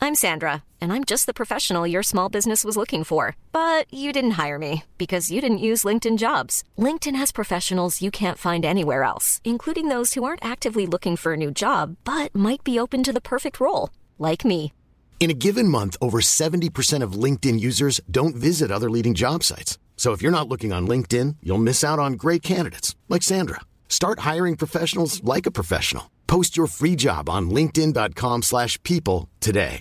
I'm Sandra, and I'm just the professional your small business was looking for. But you didn't hire me because you didn't use LinkedIn Jobs. LinkedIn has professionals you can't find anywhere else, including those who aren't actively looking for a new job, but might be open to the perfect role, like me. In a given month, over 70% of LinkedIn users don't visit other leading job sites. So if you're not looking on LinkedIn, you'll miss out on great candidates like Sandra. Start hiring professionals like a professional. Post your free job on linkedin.com/people today.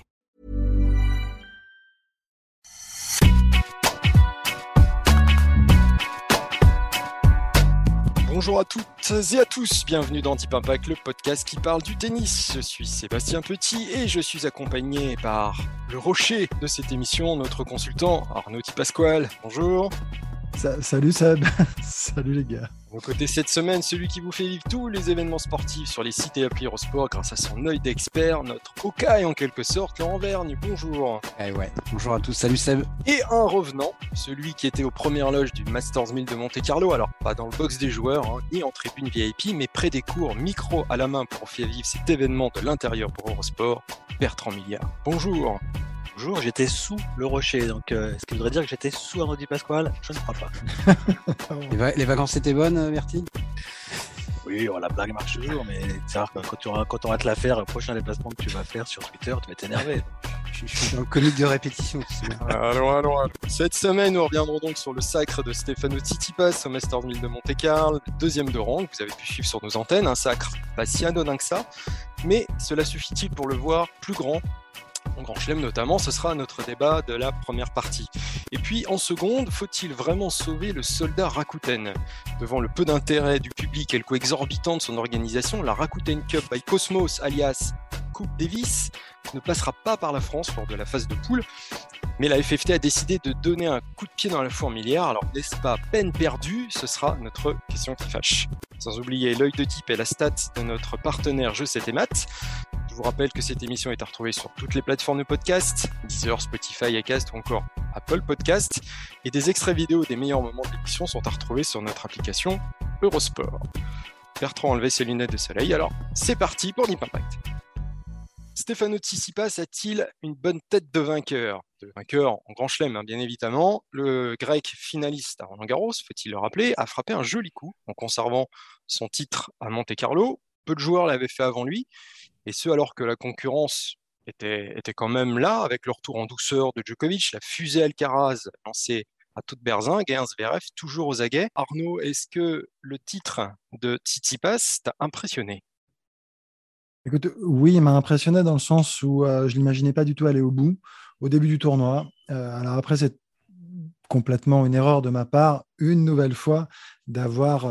Bonjour à toutes et à tous, bienvenue dans Deep Impact, le podcast qui parle du tennis. Je suis Sébastien Petit et je suis accompagné par le rocher de cette émission, notre consultant Arnaud Di Pasquale. Bonjour. Salut Seb, salut les gars. De mon côté cette semaine, celui qui vous fait vivre tous les événements sportifs sur les sites et applis Eurosport grâce à son œil d'expert, notre Hawkeye en quelque sorte, Laurent Vergne. Bonjour. Bonjour à tous, salut Seb. Et un revenant, celui qui était aux premières loges du Masters 1000 de Monte-Carlo, alors pas dans le box des joueurs, ni en tribune VIP, mais près des cours, micro à la main pour faire vivre cet événement de l'intérieur pour Eurosport, Bertrand Milliard. Bonjour. Bonjour, j'étais sous le rocher, donc est-ce qu'il voudrait dire que j'étais sous Arnaud Di Pasquale ? Je ne crois pas. Les vacances étaient bonnes, Bertie ? Oui, la blague marche toujours, mais c'est rare que quand on va te la faire, le prochain déplacement que tu vas faire sur Twitter, tu vas t'énerver. Je suis dans le comique de répétition. Allons. Cette semaine, nous reviendrons donc sur le sacre de Stefano Tsitsipas au Masters 1000 de Monte-Carlo, deuxième de rang, que vous avez pu suivre sur nos antennes, un sacre pas si anodin que ça, mais cela suffit-il pour le voir plus grand ? En Grand Chelem notamment, ce sera notre débat de la première partie. Et puis en seconde, faut-il vraiment sauver le soldat Rakuten ? Devant le peu d'intérêt du public et le coût exorbitant de son organisation, la Rakuten Cup by Cosmos, alias Coupe Davis, ne passera pas par la France lors de la phase de poule. Mais la FFT a décidé de donner un coup de pied dans la fourmilière, alors n'est-ce pas peine perdue ? Ce sera notre question qui fâche. Sans oublier l'œil de type et la stat de notre partenaire Jeux 7 et Maths. Je vous rappelle que cette émission est à retrouver sur toutes les plateformes de podcast, Deezer, Spotify, Acast ou encore Apple Podcast. Et des extraits vidéo des meilleurs moments de l'émission sont à retrouver sur notre application Eurosport. Bertrand a enlevé ses lunettes de soleil, alors c'est parti pour Deep Impact. Stefano Tsitsipas a-t-il une bonne tête de vainqueur ? De vainqueur en Grand Chelem, bien évidemment. Le grec finaliste à Roland-Garros, faut-il le rappeler, a frappé un joli coup en conservant son titre à Monte-Carlo. Peu de joueurs l'avaient fait avant lui, et ce alors que la concurrence était quand même là, avec le retour en douceur de Djokovic, la fusée Alcaraz lancée à toute berzingue, et un Zverev toujours aux aguets. Arnaud, est-ce que le titre de Tsitsipas t'a impressionné ? Écoute, oui, il m'a impressionné dans le sens où je ne l'imaginais pas du tout aller au bout au début du tournoi. Alors après, c'est complètement une erreur de ma part, une nouvelle fois, d'avoir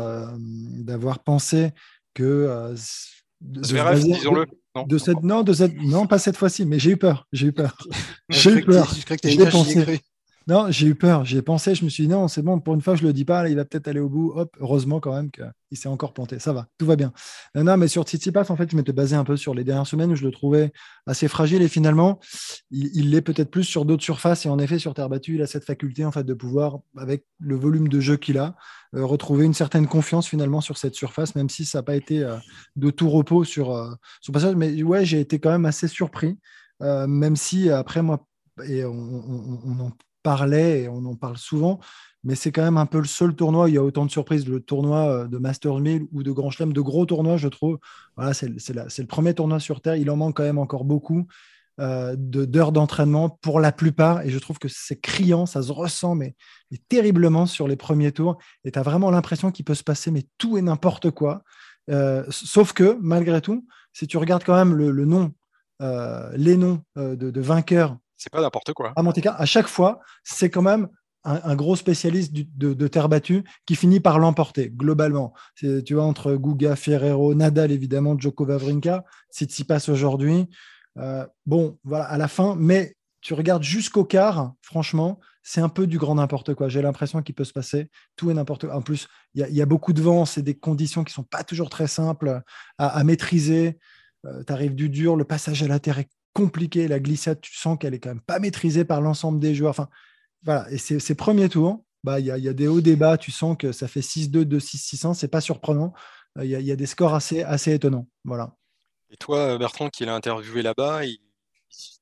pensé que... Zverev, disons-le. Non, pas cette fois-ci, mais j'ai eu peur. Je crois que tu avais pensé. Non, j'ai eu peur, j'y ai pensé, je me suis dit non, c'est bon, pour une fois, je ne le dis pas, là, il va peut-être aller au bout. Hop, heureusement quand même qu'il s'est encore planté. Ça va, tout va bien. Non, mais sur Tsitsipas, en fait, je m'étais basé un peu sur les dernières semaines où je le trouvais assez fragile et finalement, il l'est peut-être plus sur d'autres surfaces et en effet, sur terre battue, il a cette faculté en fait, de pouvoir, avec le volume de jeu qu'il a, retrouver une certaine confiance finalement sur cette surface, même si ça n'a pas été de tout repos sur son passage. Mais ouais, j'ai été quand même assez surpris, même si après, moi, et on en parlait et on en parle souvent, mais c'est quand même un peu le seul tournoi où il y a autant de surprises, le tournoi de Masters 1000 ou de Grand Chelem, de gros tournois, je trouve. Voilà, c'est le premier tournoi sur Terre, il en manque quand même encore beaucoup d'heures d'entraînement pour la plupart, et je trouve que c'est criant, ça se ressent mais terriblement sur les premiers tours, et tu as vraiment l'impression qu'il peut se passer mais tout et n'importe quoi, sauf que malgré tout, si tu regardes quand même le nom, les noms de vainqueurs, c'est pas n'importe quoi. À Monte-Carlo, à chaque fois, c'est quand même un gros spécialiste de terre battue qui finit par l'emporter, globalement. Tu vois, entre Guga, Ferrero, Nadal, évidemment, Djoko Wawrinka, Tsitsipas aujourd'hui. Bon, voilà, à la fin, mais tu regardes jusqu'au quart, franchement, c'est un peu du grand n'importe quoi. J'ai l'impression qu'il peut se passer tout et n'importe quoi. En plus, il y a beaucoup de vent, c'est des conditions qui ne sont pas toujours très simples à maîtriser. Tu arrives du dur, le passage à la terre est compliqué, la glissade, tu sens qu'elle est quand même pas maîtrisée par l'ensemble des joueurs. Enfin, voilà. Et ces premiers tours, il y a des hauts débats, tu sens que ça fait 6-2, 2-6, 6-1, c'est pas surprenant. Il y a des scores assez étonnants. Voilà. Et toi, Bertrand, qui l'a interviewé là-bas,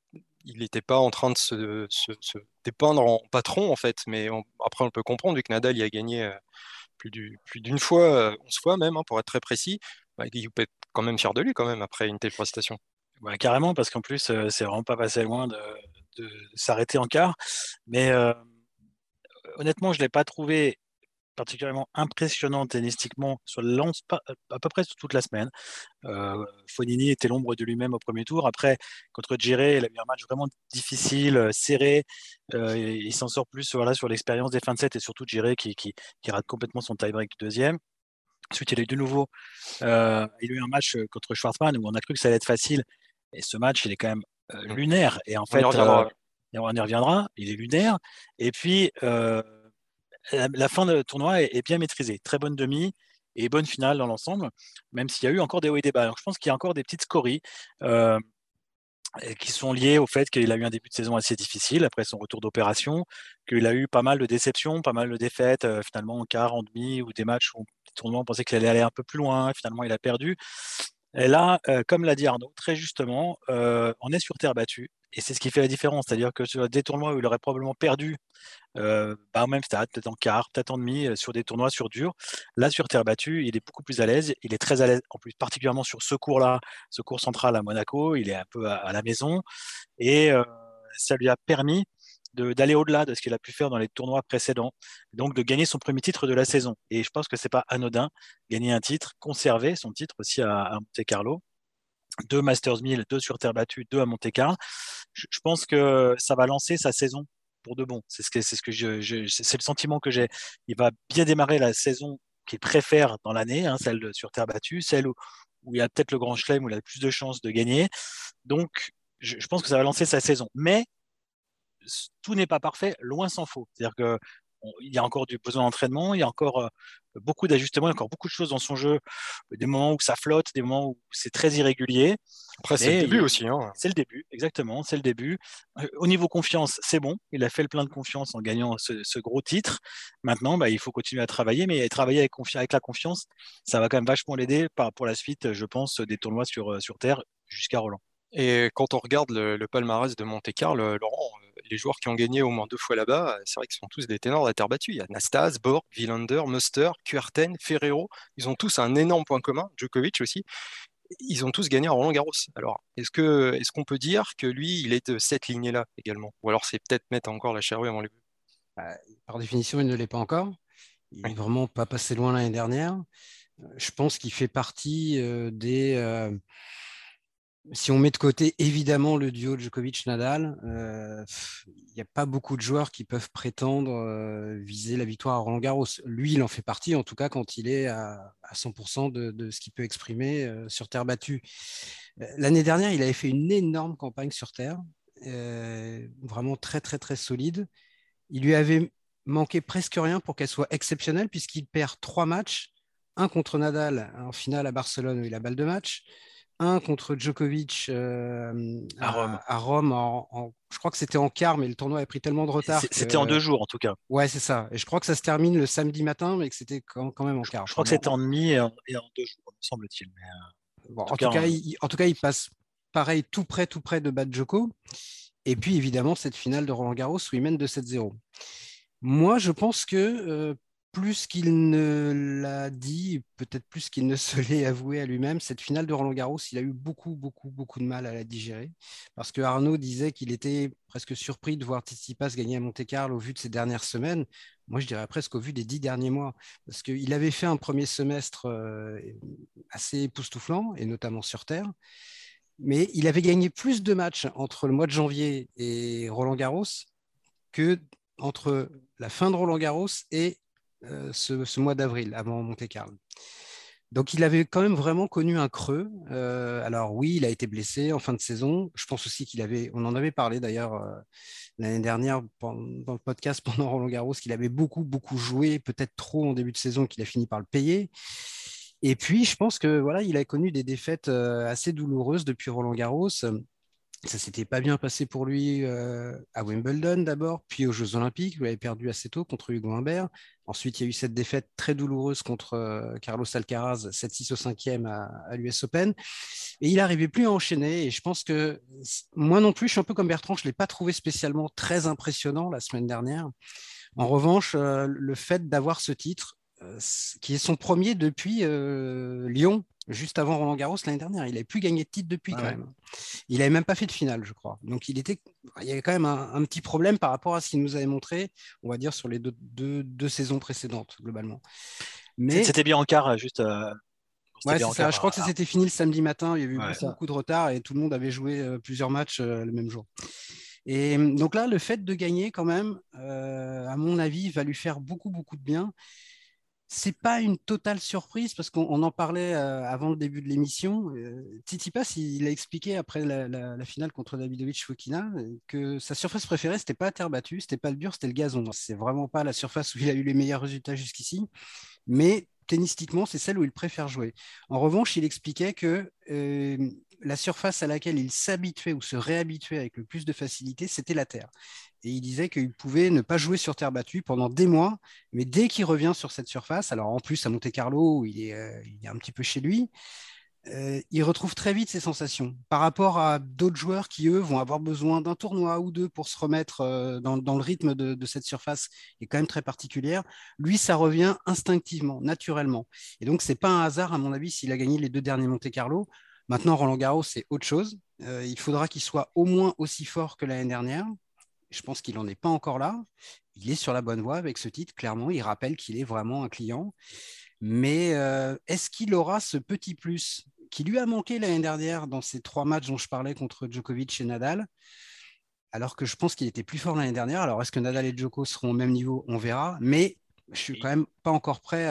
il n'était pas en train de se dépeindre en patron, en fait. Mais après, on peut comprendre, vu que Nadal y a gagné plus d'une fois, 11 fois même, hein, pour être très précis, bah, il peut être quand même fier de lui, quand même, après une telle prestation. Ouais, carrément, parce qu'en plus, c'est vraiment pas passé loin de s'arrêter en quart. Mais honnêtement, je ne l'ai pas trouvé particulièrement impressionnant tennistiquement sur le lance, à peu près toute la semaine. Fognini était l'ombre de lui-même au premier tour. Après, contre Djéré, il a eu un match vraiment difficile, serré. Il s'en sort plus voilà, sur l'expérience des fins de set et surtout Djéré qui rate complètement son tie-break du deuxième. Ensuite, il a eu de nouveau il a eu un match contre Schwartzmann où on a cru que ça allait être facile. Et ce match, il est quand même lunaire. Et en On y fait, reviendra. et on y reviendra, il est lunaire. Et puis, la fin de tournoi est bien maîtrisée. Très bonne demi et bonne finale dans l'ensemble, même s'il y a eu encore des hauts et des bas. Donc, je pense qu'il y a encore des petites scories qui sont liées au fait qu'il a eu un début de saison assez difficile après son retour d'opération, qu'il a eu pas mal de déceptions, pas mal de défaites, finalement en quart, en demi, ou des matchs où tournoi, on pensait qu'il allait aller un peu plus loin, finalement il a perdu. Et là, comme l'a dit Arnaud, très justement, on est sur terre battue. Et c'est ce qui fait la différence. C'est-à-dire que sur des tournois où il aurait probablement perdu, au même stade, peut-être en quart, peut-être en demi, sur des tournois sur dur. Là, sur terre battue, il est beaucoup plus à l'aise. Il est très à l'aise, en plus, particulièrement sur ce cours-là, ce cours central à Monaco. Il est un peu à la maison. Et ça lui a permis d'aller au-delà de ce qu'il a pu faire dans les tournois précédents, donc de gagner son premier titre de la saison. Et je pense que c'est pas anodin, gagner un titre, conserver son titre aussi à Monte-Carlo. 2 Masters 1000, 2 sur terre battue, 2 à Monte-Carlo. Je pense que ça va lancer sa saison pour de bon. C'est le sentiment que j'ai. Il va bien démarrer la saison qu'il préfère dans l'année, hein, celle sur terre battue, celle où il y a peut-être le Grand Chelem, où il a plus de chances de gagner. Donc, je pense que ça va lancer sa saison. Mais tout n'est pas parfait, loin s'en faut. C'est-à-dire que il y a encore du besoin d'entraînement, il y a encore beaucoup d'ajustements, il y a encore beaucoup de choses dans son jeu, des moments où ça flotte, des moments où c'est très irrégulier. Après, c'est le Mais début aussi. Hein. c'est le début, exactement, c'est le début. Au niveau confiance, c'est bon, il a fait le plein de confiance en gagnant ce gros titre. Maintenant, bah, il faut continuer à travailler, mais travailler avec la confiance, ça va quand même vachement l'aider pour la suite, je pense, des tournois sur Terre jusqu'à Roland. Et quand on regarde le palmarès de Monte-Carlo, Laurent, les joueurs qui ont gagné au moins 2 fois là-bas, c'est vrai qu'ils sont tous des ténors de la terre battue. Il y a Nastase, Borg, Wilander, Muster, Kuerten, Ferrero. Ils ont tous un énorme point commun, Djokovic aussi. Ils ont tous gagné à Roland-Garros. Alors, est-ce qu'on peut dire que lui, il est de cette lignée-là également? Ou alors c'est peut-être mettre encore la charrue avant les bœufs. Bah, par définition, il ne l'est pas encore. Il n'est Oui. vraiment pas passé loin l'année dernière. Je pense qu'il fait partie des. Si on met de côté évidemment le duo Djokovic-Nadal, il n'y a pas beaucoup de joueurs qui peuvent prétendre viser la victoire à Roland-Garros. Lui, il en fait partie, en tout cas quand il est à 100% de ce qu'il peut exprimer sur terre battue. L'année dernière, il avait fait une énorme campagne sur terre, vraiment très très très solide. Il lui avait manqué presque rien pour qu'elle soit exceptionnelle puisqu'il perd 3 matchs, un contre Nadal en finale à Barcelone où il a balle de match, un contre Djokovic À Rome. à Rome. Je crois que c'était en quart, mais le tournoi a pris tellement de retard C'était en 2 jours en tout cas. Ouais, c'est ça. Et je crois que ça se termine le samedi matin, mais que c'était quand même en quart. Je crois que c'était en demi et en 2 jours, me semble-t-il. Mais, bon, en tout cas, il passe pareil tout près de battre Djoko. Et puis évidemment, cette finale de Roland-Garros où il mène 2-7-0. Moi, je pense que plus qu'il ne l'a dit, peut-être plus qu'il ne se l'est avoué à lui-même, cette finale de Roland-Garros, il a eu beaucoup, beaucoup, beaucoup de mal à la digérer. Parce que Arnaud disait qu'il était presque surpris de voir Tsitsipas gagner à Monte-Carlo au vu de ces dernières semaines. Moi, je dirais presque au vu des 10 derniers mois. Parce qu'il avait fait un premier semestre assez époustouflant, et notamment sur terre. Mais il avait gagné plus de matchs entre le mois de janvier et Roland-Garros que entre la fin de Roland-Garros et ce mois d'avril avant Monte-Carlo. Donc, il avait quand même vraiment connu un creux. Alors oui, il a été blessé en fin de saison. Je pense aussi on en avait parlé d'ailleurs l'année dernière dans le podcast pendant Roland-Garros, qu'il avait beaucoup, beaucoup joué, peut-être trop en début de saison, qu'il a fini par le payer. Et puis, je pense que voilà, il a connu des défaites assez douloureuses depuis Roland-Garros. Ça s'était pas bien passé pour lui à Wimbledon d'abord, puis aux Jeux Olympiques, où il avait perdu assez tôt contre Hugo Humbert. Ensuite, il y a eu cette défaite très douloureuse contre Carlos Alcaraz, 7-6 au cinquième à l'US Open. Et il n'arrivait plus à enchaîner. Et je pense que moi non plus, je suis un peu comme Bertrand, je ne l'ai pas trouvé spécialement très impressionnant la semaine dernière. En revanche, le fait d'avoir ce titre, qui est son premier depuis Lyon, juste avant Roland-Garros l'année dernière. Il n'avait plus gagné de titre depuis quand même. Il n'avait même pas fait de finale, je crois. Donc il y avait quand même un petit problème par rapport à ce qu'il nous avait montré, on va dire, sur les deux saisons précédentes, globalement. Mais c'était bien en quart, juste. Ouais, c'est ça. Je crois que ça s'était fini le samedi matin. Il y a eu beaucoup de retard et tout le monde avait joué plusieurs matchs le même jour. Et donc là, le fait de gagner quand même, à mon avis, va lui faire beaucoup, beaucoup de bien. C'est pas une totale surprise parce qu'on en parlait avant le début de l'émission. Tsitsipas, il a expliqué après la finale contre Davidovich Fokina que sa surface préférée, c'était pas la terre battue, c'était pas le dur, c'était le gazon. C'est vraiment pas la surface où il a eu les meilleurs résultats jusqu'ici, mais tennistiquement, c'est celle où il préfère jouer. En revanche, il expliquait que la surface à laquelle il s'habituait ou se réhabituait avec le plus de facilité, c'était la terre. Et il disait qu'il pouvait ne pas jouer sur terre battue pendant des mois, mais dès qu'il revient sur cette surface, alors en plus à Monte-Carlo, où il est un petit peu chez lui, il retrouve très vite ses sensations par rapport à d'autres joueurs qui, eux, vont avoir besoin d'un tournoi ou deux pour se remettre dans le rythme de cette surface qui est quand même très particulière. Lui, ça revient instinctivement, naturellement. Et donc, c'est pas un hasard, à mon avis, s'il a gagné les 2 derniers Monte-Carlo. Maintenant, Roland-Garros, c'est autre chose. Il faudra qu'il soit au moins aussi fort que l'année dernière. Je pense qu'il n'en est pas encore là. Il est sur la bonne voie avec ce titre, clairement. Il rappelle qu'il est vraiment un client. Mais est-ce qu'il aura ce petit plus qui lui a manqué l'année dernière dans ces 3 matchs dont je parlais contre Djokovic et Nadal, alors que je pense qu'il était plus fort l'année dernière. Alors, est-ce que Nadal et Djoko seront au même niveau? On verra. Mais je suis quand même pas encore prêt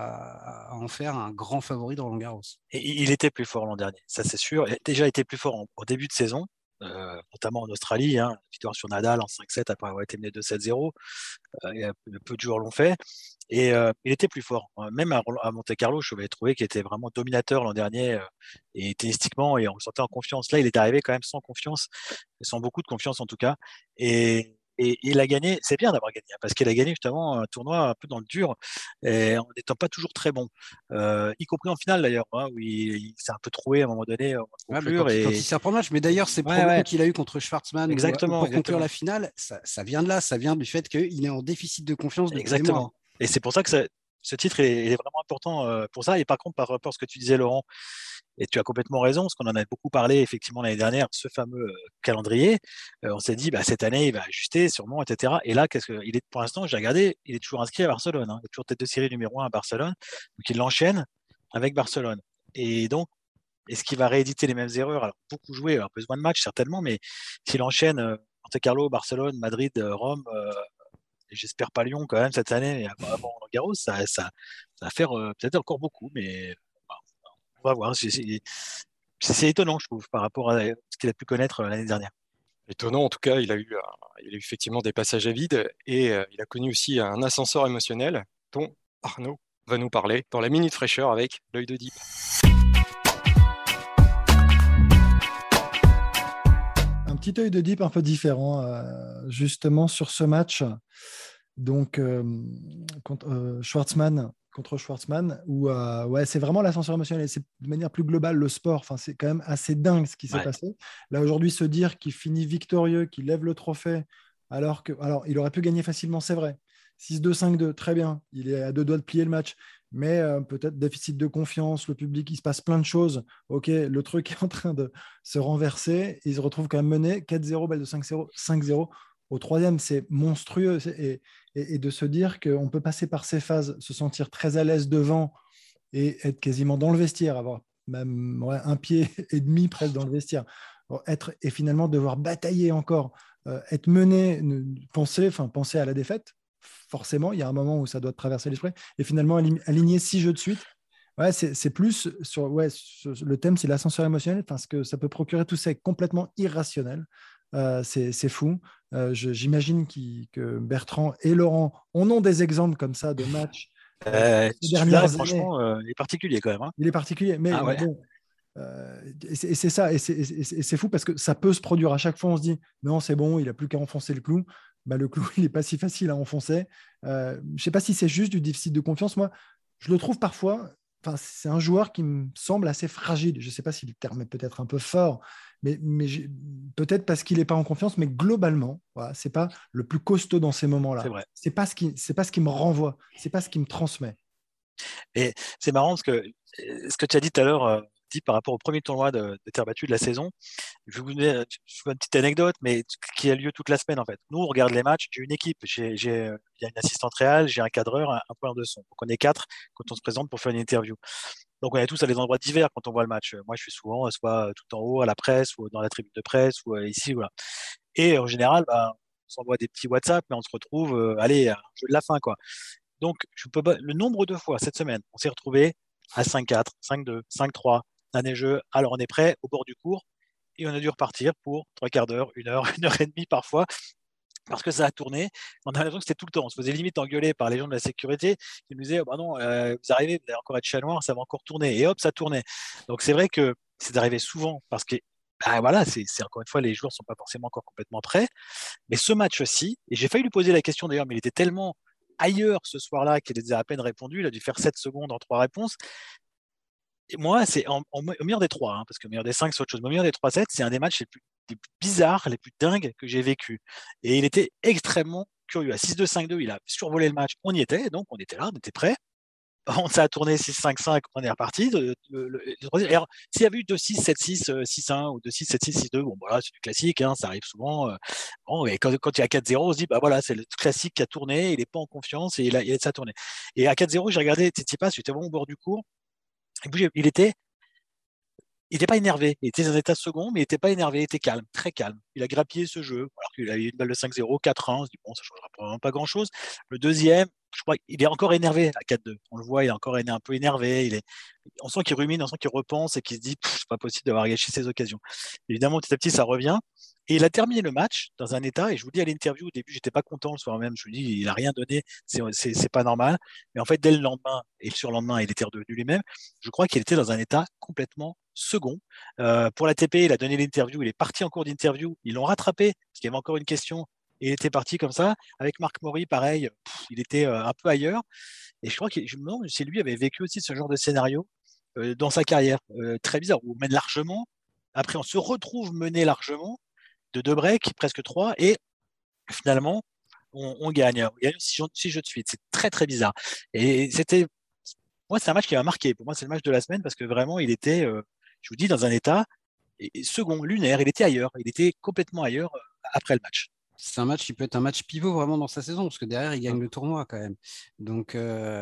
à en faire un grand favori de Roland-Garros. Et il était plus fort l'an dernier, ça c'est sûr. Il a déjà été plus fort au début de saison, notamment en Australie, victoire sur Nadal en 5-7 après avoir été mené 2-7-0. Peu de joueurs l'ont fait. Et il était plus fort. Même à Monte-Carlo, je avais trouvé qu'il était vraiment dominateur l'an dernier et tennistiquement, et on le sentait en confiance. Là, il est arrivé quand même sans confiance, sans beaucoup de confiance en tout cas. Et il a gagné, c'est bien d'avoir gagné, parce qu'il a gagné justement un tournoi un peu dans le dur, et en n'étant pas toujours très bon, y compris en finale d'ailleurs, où il s'est un peu troué à un moment donné en conclure. Quand il sert pour le match, mais d'ailleurs, ces problèmes qu'il a eu contre Schwartzmann pour conclure la finale, ça vient de là, ça vient du fait qu'il est en déficit de confiance depuis des mois. Et c'est pour ça que ce titre il est vraiment important pour ça. Et par contre, par rapport à ce que tu disais, Laurent, et tu as complètement raison, parce qu'on en a beaucoup parlé effectivement l'année dernière, ce fameux calendrier, on s'est dit cette année il va ajuster sûrement, etc. Et là, il est, pour l'instant, j'ai regardé, il est toujours inscrit à Barcelone, il est toujours tête de série numéro 1 à Barcelone, donc il l'enchaîne avec Barcelone. Et donc, est-ce qu'il va rééditer les mêmes erreurs? Alors, beaucoup joué, un besoin de match certainement, mais s'il enchaîne Monte-Carlo, Barcelone, Madrid, Rome, et j'espère pas Lyon quand même cette année, mais avant Roland-Garros, ça va faire peut-être encore beaucoup, mais on va voir. C'est étonnant, je trouve, par rapport à ce qu'il a pu connaître l'année dernière. Étonnant, en tout cas, il a eu effectivement des passages à vide et il a connu aussi un ascenseur émotionnel dont Arnaud va nous parler dans la Minute Fraîcheur avec l'œil de Deep. Un petit œil de Deep un peu différent, justement, sur ce match. Donc, Schwartzmann contre Schwartzmann, où c'est vraiment l'ascenseur émotionnel. C'est de manière plus globale le sport. Enfin, c'est quand même assez dingue ce qui s'est passé. Là, aujourd'hui, se dire qu'il finit victorieux, qu'il lève le trophée, alors il aurait pu gagner facilement, c'est vrai. 6-2, 5-2, très bien. Il est à 2 doigts de plier le match. Mais peut-être déficit de confiance, le public, il se passe plein de choses. OK, le truc est en train de se renverser. Il se retrouve quand même mené 4-0, balle de 5-0, 5-0. Au troisième, c'est monstrueux. Et de se dire qu'on peut passer par ces phases, se sentir très à l'aise devant et être quasiment dans le vestiaire, avoir même un pied et demi presque dans le vestiaire, et finalement devoir batailler encore, être mené, penser à la défaite. Forcément, il y a un moment où ça doit te traverser l'esprit. Et finalement, aligner 6 jeux de suite, c'est plus sur le thème, c'est l'ascenseur émotionnel, parce que ça peut procurer tout ça est complètement irrationnel. C'est fou. J'imagine que Bertrand et Laurent en ont des exemples comme ça de matchs. Celui-là, franchement, il est particulier quand même. Il est particulier, mais bon, Et c'est ça, et c'est fou parce que ça peut se produire à chaque fois. On se dit non, c'est bon, il n'a plus qu'à enfoncer le clou. Bah, le clou, il n'est pas si facile à enfoncer. Je ne sais pas si c'est juste du déficit de confiance. Moi, je le trouve parfois. Enfin, c'est un joueur qui me semble assez fragile. Je ne sais pas si le terme est peut-être un peu fort, mais peut-être parce qu'il n'est pas en confiance. Mais globalement, voilà, c'est pas le plus costaud dans ces moments-là. C'est vrai. C'est pas ce qui me renvoie. C'est pas ce qui me transmet. Et c'est marrant parce que ce que tu as dit tout à l'heure, dit par rapport au premier tournoi de terre battue de la saison, je vais vous donner une petite anecdote, mais qui a lieu toute la semaine en fait. Nous, on regarde les matchs, j'ai une équipe, il y a une assistante réelle, j'ai un cadreur, un preneur de son. Donc on est 4 quand on se présente pour faire une interview. Donc on est tous à des endroits divers quand on voit le match. Moi, je suis souvent soit tout en haut à la presse, ou dans la tribune de presse, ou ici, voilà. Et en général, on s'envoie des petits WhatsApp, mais on se retrouve, allez, un jeu de la fin, quoi. Donc, le nombre de fois cette semaine, on s'est retrouvé à 5-4, 5-2, 5-3, un des jeux. Alors, on est prêt au bord du cours et on a dû repartir pour 3/4 d'heure, 1 heure, 1 heure et demie parfois, parce que ça a tourné. On a l'impression que c'était tout le temps. On se faisait limite engueuler par les gens de la sécurité qui nous disaient oh, bah non, vous arrivez, vous allez encore être chat noir, ça va encore tourner. Et hop, ça tournait. Donc, c'est vrai que c'est arrivé souvent parce que voilà, c'est encore une fois, les joueurs ne sont pas forcément encore complètement prêts. Mais ce match-ci, et j'ai failli lui poser la question d'ailleurs, mais il était tellement ailleurs ce soir-là qu'il a à peine répondu. Il a dû faire 7 secondes en 3 réponses. Et moi, c'est au meilleur des 3, hein, parce que au meilleur des 5, c'est autre chose. Mais au meilleur des 3 sets, c'est un des matchs les plus bizarres, les plus dingues que j'ai vécu. Et il était extrêmement curieux. À 6-2, 5-2, il a survolé le match. On y était, donc on était là, on était prêts. Ça a tourné 6-5-5, on est reparti. Alors, s'il y avait eu 2-6, 7-6, 6-1 ou 2-6, 7-6, 6-2, bon, voilà, c'est du classique, hein, ça arrive souvent. Bon, et quand il y a 4-0, on se dit, bah voilà, c'est le classique qui a tourné, il n'est pas en confiance et ça a tourné. Et à 4-0, j'ai regardé Tsitsipas, j'étais vraiment au bord du cours. Il était pas énervé. Il était dans un état second, mais il n'était pas énervé. Il était calme, très calme. Il a grappillé ce jeu, alors qu'il avait une balle de 5-0, 4-1. On se dit, bon, ça ne changera probablement pas grand-chose. Le deuxième, je crois qu'il est encore énervé à 4-2. On le voit, il est encore un peu énervé. On sent qu'il rumine, on sent qu'il repense et qu'il se dit, c'est pas possible d'avoir gâché ces occasions. Évidemment, petit à petit, ça revient. Et il a terminé le match dans un état, et je vous dis à l'interview, au début, j'étais pas content le soir même. Je me dis, il a rien donné, c'est pas normal. Mais en fait, dès le lendemain et le surlendemain, il était redevenu lui-même. Je crois qu'il était dans un état complètement second. Pour l'ATP, il a donné l'interview, il est parti en cours d'interview, ils l'ont rattrapé parce qu'il y avait encore une question et il était parti comme ça. Avec Marc Maury, pareil, il était un peu ailleurs. Et je crois que je me demande si lui avait vécu aussi ce genre de scénario dans sa carrière. Très bizarre, où on mène largement. Après, on se retrouve mené largement de 2 breaks, presque 3, et finalement, on gagne. On gagne 6 jeux de suite. C'est très, très bizarre. Et moi, c'est un match qui m'a marqué. Pour moi, c'est le match de la semaine parce que vraiment, il était, je vous dis, dans un état second, lunaire. Il était ailleurs. Il était complètement ailleurs après le match. C'est un match qui peut être un match pivot vraiment dans sa saison, parce que derrière, il gagne le tournoi quand même. Donc,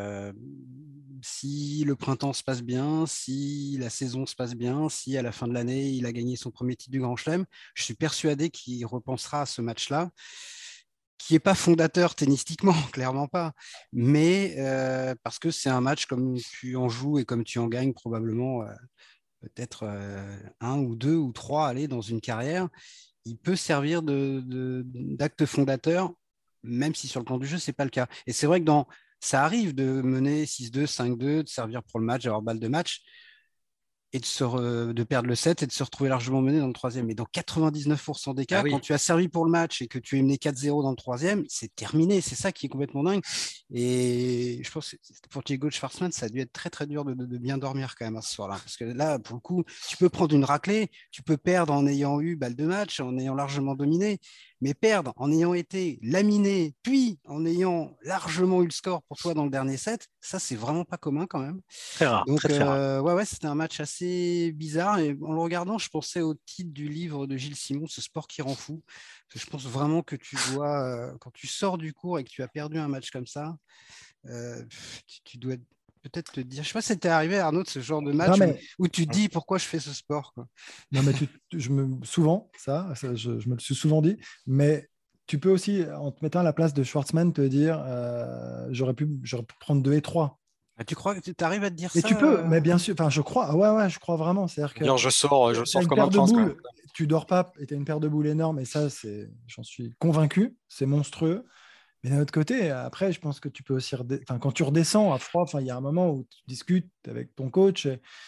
si le printemps se passe bien, si la saison se passe bien, si à la fin de l'année, il a gagné son premier titre du Grand Chelem, je suis persuadé qu'il repensera à ce match-là, qui n'est pas fondateur tennistiquement, clairement pas, mais parce que c'est un match comme tu en joues et comme tu en gagnes probablement peut-être 1 ou 2 ou 3 allez, dans une carrière. Il peut servir d'acte fondateur, même si sur le plan du jeu, ce n'est pas le cas. Et c'est vrai que ça arrive de mener 6-2, 5-2, de servir pour le match, d'avoir balle de match, et de perdre le set et de se retrouver largement mené dans le troisième. Mais dans 99% des cas, quand tu as servi pour le match et que tu es mené 4-0 dans le troisième, c'est terminé. C'est ça qui est complètement dingue. Et je pense que pour Diego Schwartzman, ça a dû être très, très dur de bien dormir quand même à ce soir-là. Parce que là, pour le coup, tu peux prendre une raclée, tu peux perdre en ayant eu balle de match, en ayant largement dominé, mais perdre en ayant été laminé, puis en ayant largement eu le score pour toi dans le dernier set, ça, c'est vraiment pas commun quand même. Très rare. Donc, très rare. Ouais, c'était un match assez bizarre. Et en le regardant, je pensais au titre du livre de Gilles Simon, Ce sport qui rend fou. Je pense vraiment que tu dois, quand tu sors du cours et que tu as perdu un match comme ça, tu dois peut-être te dire, je sais pas si c'était arrivé, Arnaud, de ce genre de match où tu te dis pourquoi je fais ce sport, quoi. Non, mais souvent, je me le suis souvent dit, mais tu peux aussi, en te mettant à la place de Schwartzman, te dire j'aurais pu prendre 2 et 3. Tu crois que tu arrives à te dire mais ça? Tu peux, mais bien sûr, je crois, je crois vraiment. C'est-à-dire que je sors comme un prince. Tu dors pas et tu as une paire de boules énorme, et ça, j'en suis convaincu, c'est monstrueux. Mais d'un autre côté, après, je pense que tu peux aussi quand tu redescends à froid, il y a un moment où tu discutes avec ton coach.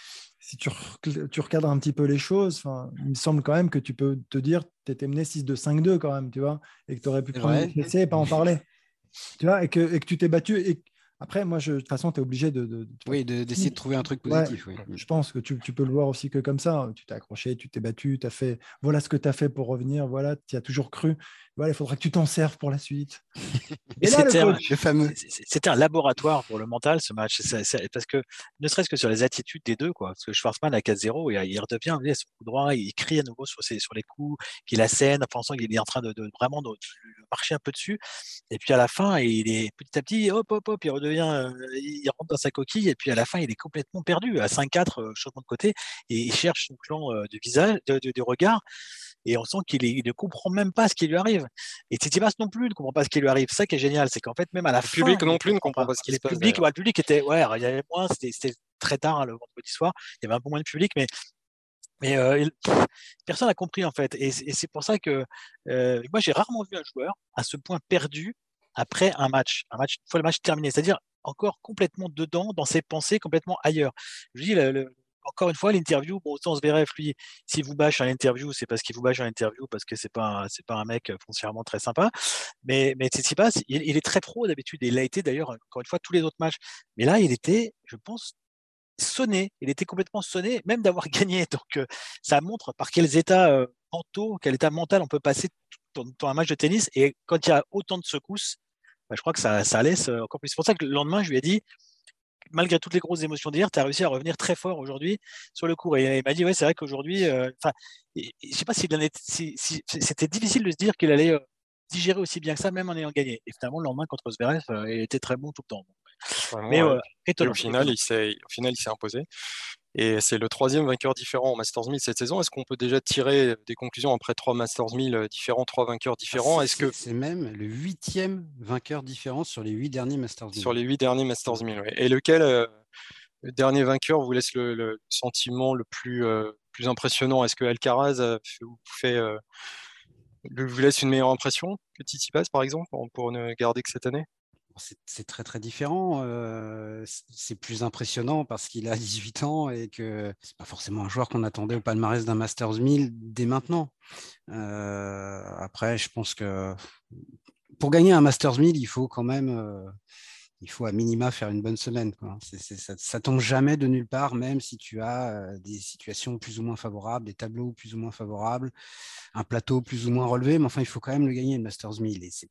Si tu recadres un petit peu les choses, il me semble quand même que tu peux te dire que tu étais mené 6-2, 5-2 quand même, tu vois, et que tu aurais pu prendre une essai et pas en parler. Tu vois, et que tu t'es battu. Et après, moi, de toute façon, tu es obligé d'essayer de trouver un truc positif. Ouais, je pense que tu peux le voir aussi que comme ça. Tu t'es accroché, tu t'es battu, tu as fait. Voilà ce que tu as fait pour revenir. Voilà, tu as toujours cru. Voilà, il faudra que tu t'en serves pour la suite. Et là, c'était un laboratoire pour le mental, ce match. Parce que, ne serait-ce que sur les attitudes des deux, quoi. Parce que Schwarzman à 4-0, il redevient, son coup droit, il crie à nouveau sur les coups, qu'il assène, pensant qu'il est en train de vraiment de marcher un peu dessus. Et puis à la fin, il est petit à petit, hop, hop, hop, il redevient, il rentre dans sa coquille. Et puis à la fin, il est complètement perdu. À 5-4, changement de côté, et il cherche son clan du visage, du regard. Et on sent qu'il ne comprend même pas ce qui lui arrive. Et Tsitsipas non plus ne comprend pas ce qui lui arrive. C'est ça qui est génial, c'est qu'en fait, même à la fin, le public non plus ne comprend pas ce qui se passe. Le public était, il y avait moins, c'était très tard le vendredi soir, il y avait un peu moins de public, mais personne n'a compris en fait. Et c'est pour ça que moi, j'ai rarement vu un joueur à ce point perdu après un match, une fois le match terminé. C'est-à-dire encore complètement dedans, dans ses pensées, complètement ailleurs. Je dis, encore une fois, l'interview, bon, autant Zverev, lui, s'il vous bâche à l'interview, c'est parce qu'il vous bâche à l'interview, parce que c'est pas un mec foncièrement très sympa. Mais Tsitsipas, il est très pro d'habitude. Et il l'a été d'ailleurs, encore une fois, tous les autres matchs. Mais là, il était, je pense, sonné. Il était complètement sonné, même d'avoir gagné. Donc, ça montre par quels états mentaux, quel état mental on peut passer dans un match de tennis. Et quand il y a autant de secousses, je crois que ça laisse encore plus. C'est pour ça que le lendemain, je lui ai dit, malgré toutes les grosses émotions d'hier, tu as réussi à revenir très fort aujourd'hui sur le court. Et il m'a dit, ouais, c'est vrai qu'aujourd'hui, je ne sais pas si c'était difficile de se dire qu'il allait digérer aussi bien que ça, même en ayant gagné. Et finalement, le lendemain contre Zverev, il était très bon tout le temps. Mais étonnant. Au final, il s'est imposé. Et c'est le 3e vainqueur différent en Masters 1000 cette saison. Est-ce qu'on peut déjà tirer des conclusions après 3 Masters 1000 différents, 3 vainqueurs différents? C'est même le 8e vainqueur différent sur les 8 derniers Masters 1000. Sur les 8 derniers Masters 1000, oui. Et lequel, le dernier vainqueur, vous laisse le sentiment le plus impressionnant? Est-ce que Alcaraz vous laisse une meilleure impression que Tsitsipas, par exemple, pour ne garder que cette année? C'est très très différent. C'est plus impressionnant parce qu'il a 18 ans et que c'est pas forcément un joueur qu'on attendait au palmarès d'un Masters 1000 dès maintenant. Après, je pense que pour gagner un Masters 1000, il faut quand même il faut à minima faire une bonne semaine, quoi. Ça tombe jamais de nulle part, même si tu as des situations plus ou moins favorables, des tableaux plus ou moins favorables, un plateau plus ou moins relevé, mais enfin, il faut quand même le gagner, le Masters 1000. Et c'est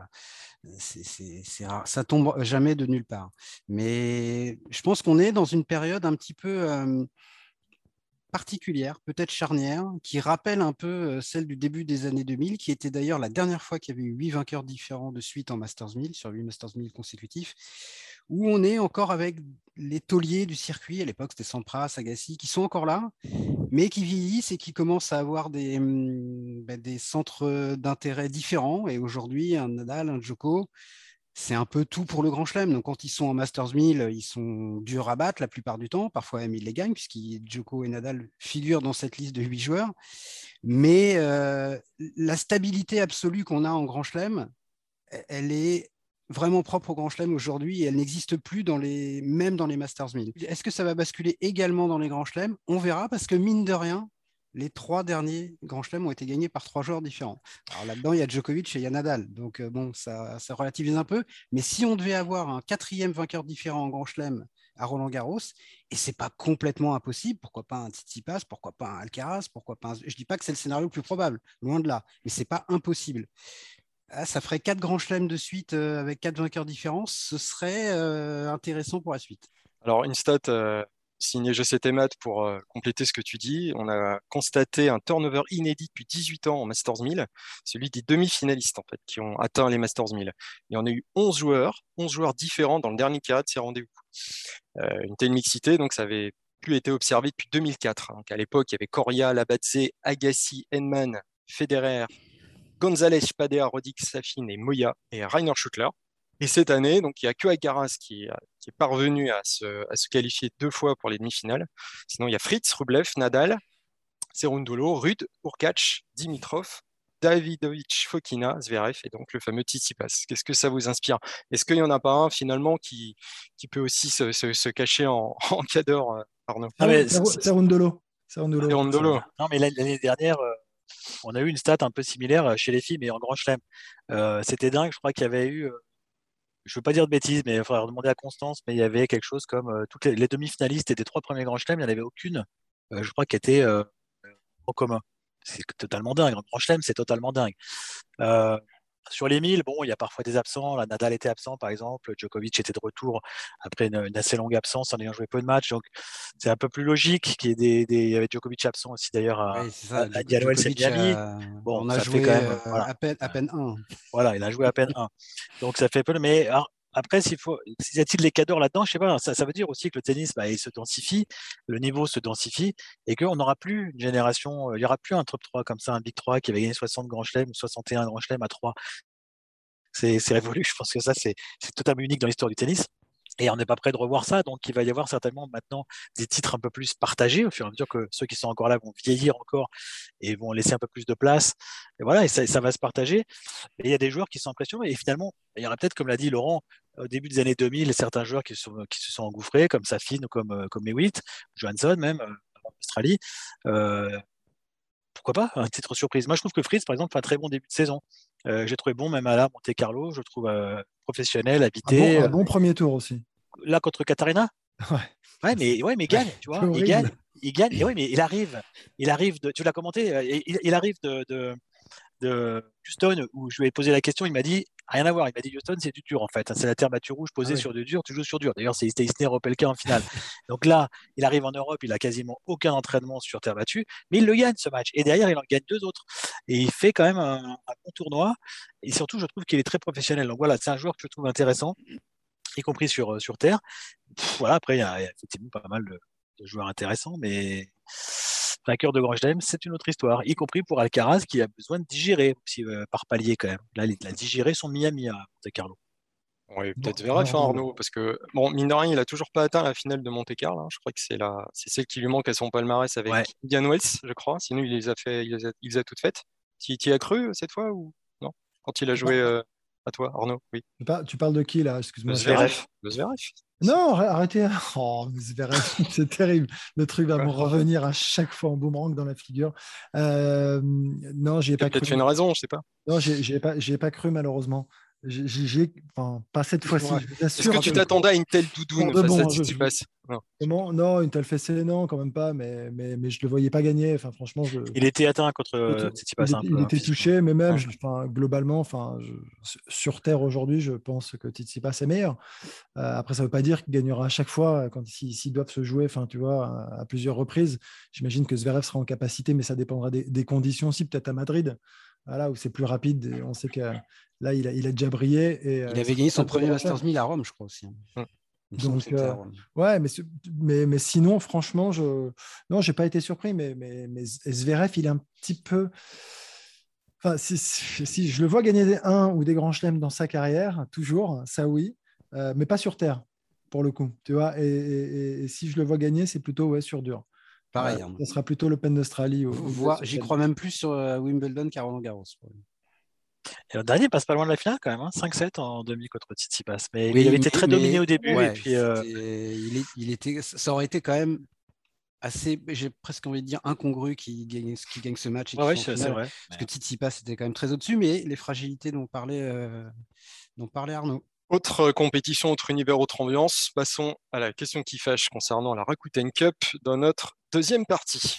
rare. Ça tombe jamais de nulle part. Mais je pense qu'on est dans une période un petit peu particulière, peut-être charnière, qui rappelle un peu celle du début des années 2000, qui était d'ailleurs la dernière fois qu'il y avait eu 8 vainqueurs différents de suite en Masters 1000, sur 8 Masters 1000 consécutifs, où on est encore avec les tauliers du circuit, à l'époque c'était Sampras, Agassi, qui sont encore là, mais qui vieillissent et qui commencent à avoir des centres d'intérêt différents. Et aujourd'hui, un Nadal, un Djoko, c'est un peu tout pour le Grand Chelem. Donc, quand ils sont en Masters 1000, ils sont durs à battre la plupart du temps. Parfois même, ils les gagnent, puisque Djoko et Nadal figurent dans cette liste de 8 joueurs. Mais la stabilité absolue qu'on a en Grand Chelem, elle est vraiment propre au Grand Chelem aujourd'hui et elle n'existe plus même dans les Masters 1000. Est-ce que ça va basculer également dans les Grands Chelems? On verra, parce que mine de rien, les 3 derniers Grands Chelems ont été gagnés par 3 joueurs différents. Alors là-dedans, il y a Djokovic et il y a Nadal. Donc bon, ça relativise un peu. Mais si on devait avoir un 4e vainqueur différent en Grand Chelem à Roland-Garros, et c'est pas complètement impossible, pourquoi pas un Tsitsipas, pourquoi pas un Alcaraz, pourquoi pas je dis pas que c'est le scénario le plus probable, loin de là, mais c'est pas impossible. Ça ferait 4 Grands Chelems de suite avec 4 vainqueurs différents. Ce serait intéressant pour la suite. Alors, une stat signé GCT Mat pour compléter ce que tu dis. On a constaté un turnover inédit depuis 18 ans en Masters 1000, celui des demi-finalistes en fait, qui ont atteint les Masters 1000. Et on a eu 11 joueurs différents dans le dernier carré de ces rendez-vous. Une telle mixité, donc ça avait plus été observé depuis 2004. Donc à l'époque, il y avait Coria, Labadze, Agassi, Henman, Federer, Gonzalez, Spadea, Roddick, Safin et Moya et Rainer Schüttler. Et cette année, donc, il n'y a que Alcaraz qui est parvenu à se qualifier 2 fois pour les demi-finales. Sinon, il y a Fritz, Rublev, Nadal, Cerundolo, Ruud, Urkac, Dimitrov Davidovich Fokina, Zverev, et donc le fameux Tsitsipas. Qu'est-ce que ça vous inspire? Est-ce qu'il n'y en a pas un finalement qui peut aussi se cacher en cas d'or, Arnaud? Cerundolo. Cerundolo. Non, mais l'année dernière, on a eu une stat un peu similaire chez les filles, mais en Grand Chelem. C'était dingue, je crois qu'il y avait eu, je ne veux pas dire de bêtises, mais il faudra demander à Constance, mais il y avait quelque chose comme toutes les demi-finalistes et des 3 premiers Grands Chelems, il n'y en avait aucune, je crois, qui était en commun. C'est totalement dingue. Un Grand Chelem, c'est totalement dingue. Sur les 1000, bon, il y a parfois des absents. Là, Nadal était absent, par exemple. Djokovic était de retour après une assez longue absence en ayant joué peu de matchs. Donc, c'est un peu plus logique qu'il y ait il y avait Djokovic absent aussi, d'ailleurs, à Indian Wells et Miami. Bon, on a ça joué fait quand même, à peine un. Voilà, il a joué à peine un. Donc, ça fait peu. Mais alors, après, s'il y a-t-il les cadors là-dedans, je sais pas. Ça veut dire aussi que le tennis, il se densifie, le niveau se densifie, et qu'on n'aura plus une génération, il n'y aura plus un top 3 comme ça, un Big 3 qui va gagner 60 grands chelems, 61 grands chelems à 3. C'est révolu. Je pense que ça, c'est totalement unique dans l'histoire du tennis. Et on n'est pas prêt de revoir ça, donc il va y avoir certainement maintenant des titres un peu plus partagés au fur et à mesure que ceux qui sont encore là vont vieillir encore et vont laisser un peu plus de place. Et voilà, et ça va se partager. Et il y a des joueurs qui sont impressionnants. Et finalement, il y aura peut-être, comme l'a dit Laurent, au début des années 2000, certains joueurs qui se sont engouffrés, comme Safin ou comme Hewitt, Johansson même, en Australie. Pourquoi pas un titre surprise. Moi, je trouve que Fritz, par exemple, fait un très bon début de saison. J'ai trouvé bon même à la Monte Carlo. Je le trouve professionnel, habité. Un bon premier tour aussi. Là, contre Katarina. Ouais, mais il gagne, tu vois. Il gagne. Et ouais, mais il arrive tu l'as commenté, il arrive de Houston où je lui ai posé la question, il m'a dit rien à voir. Il m'a dit Houston, c'est du dur en fait. C'est la terre battue rouge posée sur du dur, tu joues sur dur. D'ailleurs, c'est Isner Opelka en finale. Donc là, il arrive en Europe, il a quasiment aucun entraînement sur terre battue, mais il le gagne ce match. Et derrière, il en gagne 2 autres. Et il fait quand même un bon tournoi. Et surtout, je trouve qu'il est très professionnel. Donc voilà, c'est un joueur que je trouve intéressant, y compris sur terre. Voilà, après, il y a effectivement pas mal de joueurs intéressants, mais vainqueur de Grand Chelem, c'est une autre histoire, y compris pour Alcaraz qui a besoin de digérer aussi, par palier quand même. Là, il a digéré son Miami à Monte Carlo. Oui, peut-être Zverev, Arnaud, parce que, bon, mine de rien, il n'a toujours pas atteint la finale de Monte Carlo. Hein. Je crois que c'est celle qui lui manque à son palmarès avec Indian Wells, je crois. Sinon, il les a toutes faites. Tu y as cru cette fois ou non? Quand il a joué à toi, Arnaud, oui. Tu parles de qui là? Excuse-moi. De Zverev. Non, arrêtez. Oh, Zverev, c'est terrible. Le truc va me revenir à chaque fois en boomerang dans la figure. Non, j'y ai pas cru. Peut-être une raison, je sais pas. Non, j'y ai pas cru malheureusement. Pas cette fois-ci. Est-ce que tu t'attendais à une telle doudoune face à Tsitsipas? Non, une telle fessée, non, quand même pas, mais je le voyais pas gagner. Enfin, franchement, il était atteint contre Tsitsipas. Il était touché, mais même, globalement, sur terre aujourd'hui, je pense que Tsitsipas est meilleur. Après, ça veut pas dire qu'il gagnera à chaque fois s'ils doivent se jouer, tu vois, à plusieurs reprises. J'imagine que Zverev sera en capacité, mais ça dépendra des conditions aussi, peut-être à Madrid. Voilà, où c'est plus rapide. Et on sait que là, il a déjà brillé. Et, il avait gagné son premier Masters 1000 à Rome, je crois aussi. Donc, ouais, mais sinon, franchement, j'ai pas été surpris. Mais Zverev, il est un petit peu. Enfin, si je le vois gagner des 1 ou des grands chelems dans sa carrière, toujours, ça oui, mais pas sur terre, pour le coup. Tu vois, et si je le vois gagner, c'est plutôt sur dur. Pareil. Ça sera plutôt l'Open d'Australie. J'y crois même plus sur Wimbledon qu'à Roland Garros. Et le dernier passe pas loin de la finale quand même, 5-7 en demi contre Tsitsipas. Mais il avait été très dominé au début. Ouais, et puis, ça aurait été quand même assez, j'ai presque envie de dire, incongru qui gagne ce match. Et c'est vrai. Parce que Tsitsipas était quand même très au-dessus, mais les fragilités dont parlait Arnaud. Autre compétition, autre univers, autre ambiance. Passons à la question qui fâche concernant la Rakuten Cup dans notre deuxième partie.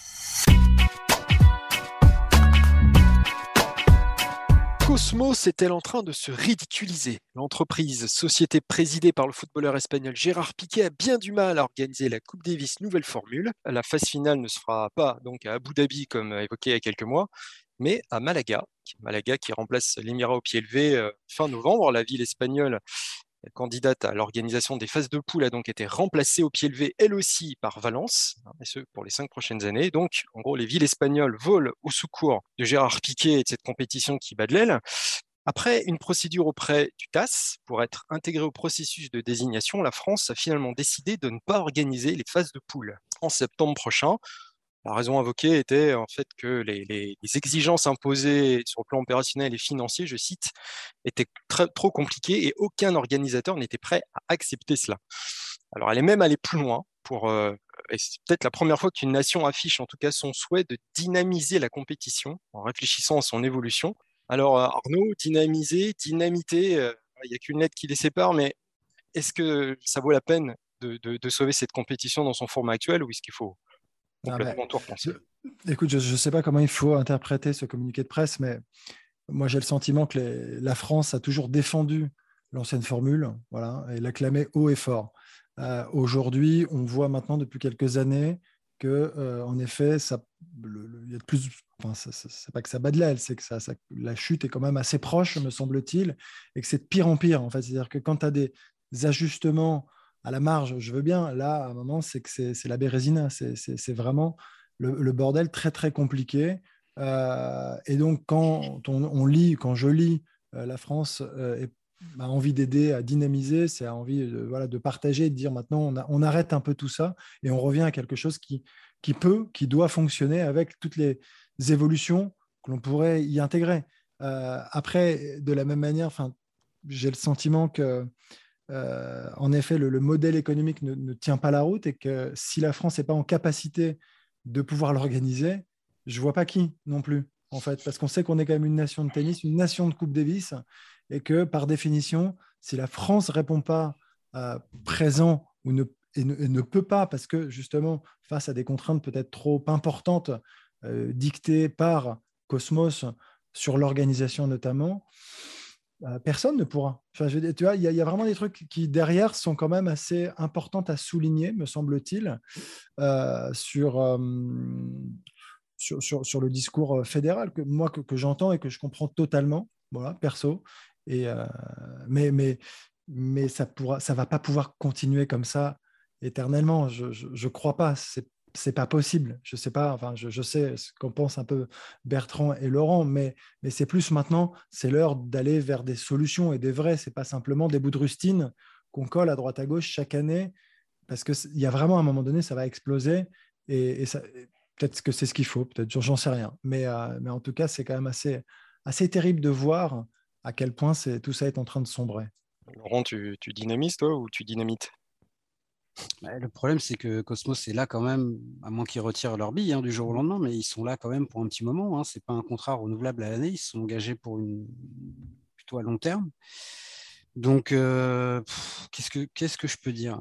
Cosmos est-elle en train de se ridiculiser? L'entreprise, société présidée par le footballeur espagnol Gérard Piqué, a bien du mal à organiser la Coupe Davis nouvelle formule. La phase finale ne se fera pas donc à Abu Dhabi comme évoqué il y a quelques mois, mais à Malaga qui remplace l'Émirat au pied levé fin novembre. La ville espagnole candidate à l'organisation des phases de poule a donc été remplacée au pied levé, elle aussi, par Valence, et ce pour les 5 prochaines années. Donc, en gros, les villes espagnoles volent au secours de Gérard Piqué et de cette compétition qui bat de l'aile. Après une procédure auprès du TAS pour être intégrée au processus de désignation, la France a finalement décidé de ne pas organiser les phases de poule en septembre prochain. La raison invoquée était en fait que les exigences imposées sur le plan opérationnel et financier, je cite, étaient trop compliquées et aucun organisateur n'était prêt à accepter cela. Alors elle est même allée plus loin et c'est peut-être la première fois qu'une nation affiche en tout cas son souhait de dynamiser la compétition en réfléchissant à son évolution. Alors Arnaud, dynamiser, dynamiter, il n'y a qu'une lettre qui les sépare, mais est-ce que ça vaut la peine de sauver cette compétition dans son format actuel ou est-ce qu'il faut complètement tout repenser? Écoute, je ne sais pas comment il faut interpréter ce communiqué de presse, mais moi j'ai le sentiment que la France a toujours défendu l'ancienne formule, voilà, et l'acclamait haut et fort. Aujourd'hui, on voit maintenant depuis quelques années que, en effet, il y a de plus. Enfin, c'est pas que ça bat de l'aile, c'est que la chute est quand même assez proche, me semble-t-il, et que c'est de pire en pire. En fait, c'est-à-dire que quand tu as des ajustements à la marge, je veux bien. Là, à un moment, c'est que c'est la bérésina. C'est vraiment le bordel très très compliqué. Et donc, quand je lis la France a envie d'aider à dynamiser, c'est envie de partager, de dire maintenant on arrête un peu tout ça et on revient à quelque chose qui doit fonctionner avec toutes les évolutions que l'on pourrait y intégrer. Après, de la même manière, j'ai le sentiment que en effet, le modèle économique ne tient pas la route et que si la France n'est pas en capacité de pouvoir l'organiser, je ne vois pas qui non plus, en fait, parce qu'on sait qu'on est quand même une nation de tennis, une nation de Coupe Davis, et que par définition, si la France ne répond pas présent et ne peut pas, parce que justement, face à des contraintes peut-être trop importantes dictées par Cosmos sur l'organisation notamment, personne ne pourra. Enfin, tu vois, il y a vraiment des trucs qui, derrière, sont quand même assez importants à souligner, me semble-t-il, sur le discours fédéral que j'entends et que je comprends totalement, voilà, perso. Et, mais ça va pas pouvoir continuer comme ça éternellement. Je crois pas. C'est pas possible. Je sais pas. Enfin, je sais ce qu'en pensent un peu Bertrand et Laurent, mais c'est plus maintenant. C'est l'heure d'aller vers des solutions et des vrais. C'est pas simplement des bouts de rustine qu'on colle à droite à gauche chaque année, parce que il y a vraiment un moment donné, ça va exploser et ça, peut-être que c'est ce qu'il faut. Peut-être, j'en sais rien. Mais en tout cas, c'est quand même assez terrible de voir à quel point tout ça est en train de sombrer. Laurent, tu dynamises toi ou tu dynamites? Le problème, c'est que Cosmos est là quand même, à moins qu'ils retirent leur bille du jour au lendemain, mais ils sont là quand même pour un petit moment. Ce n'est pas un contrat renouvelable à l'année, ils sont engagés pour plutôt à long terme. Donc, qu'est-ce que je peux dire?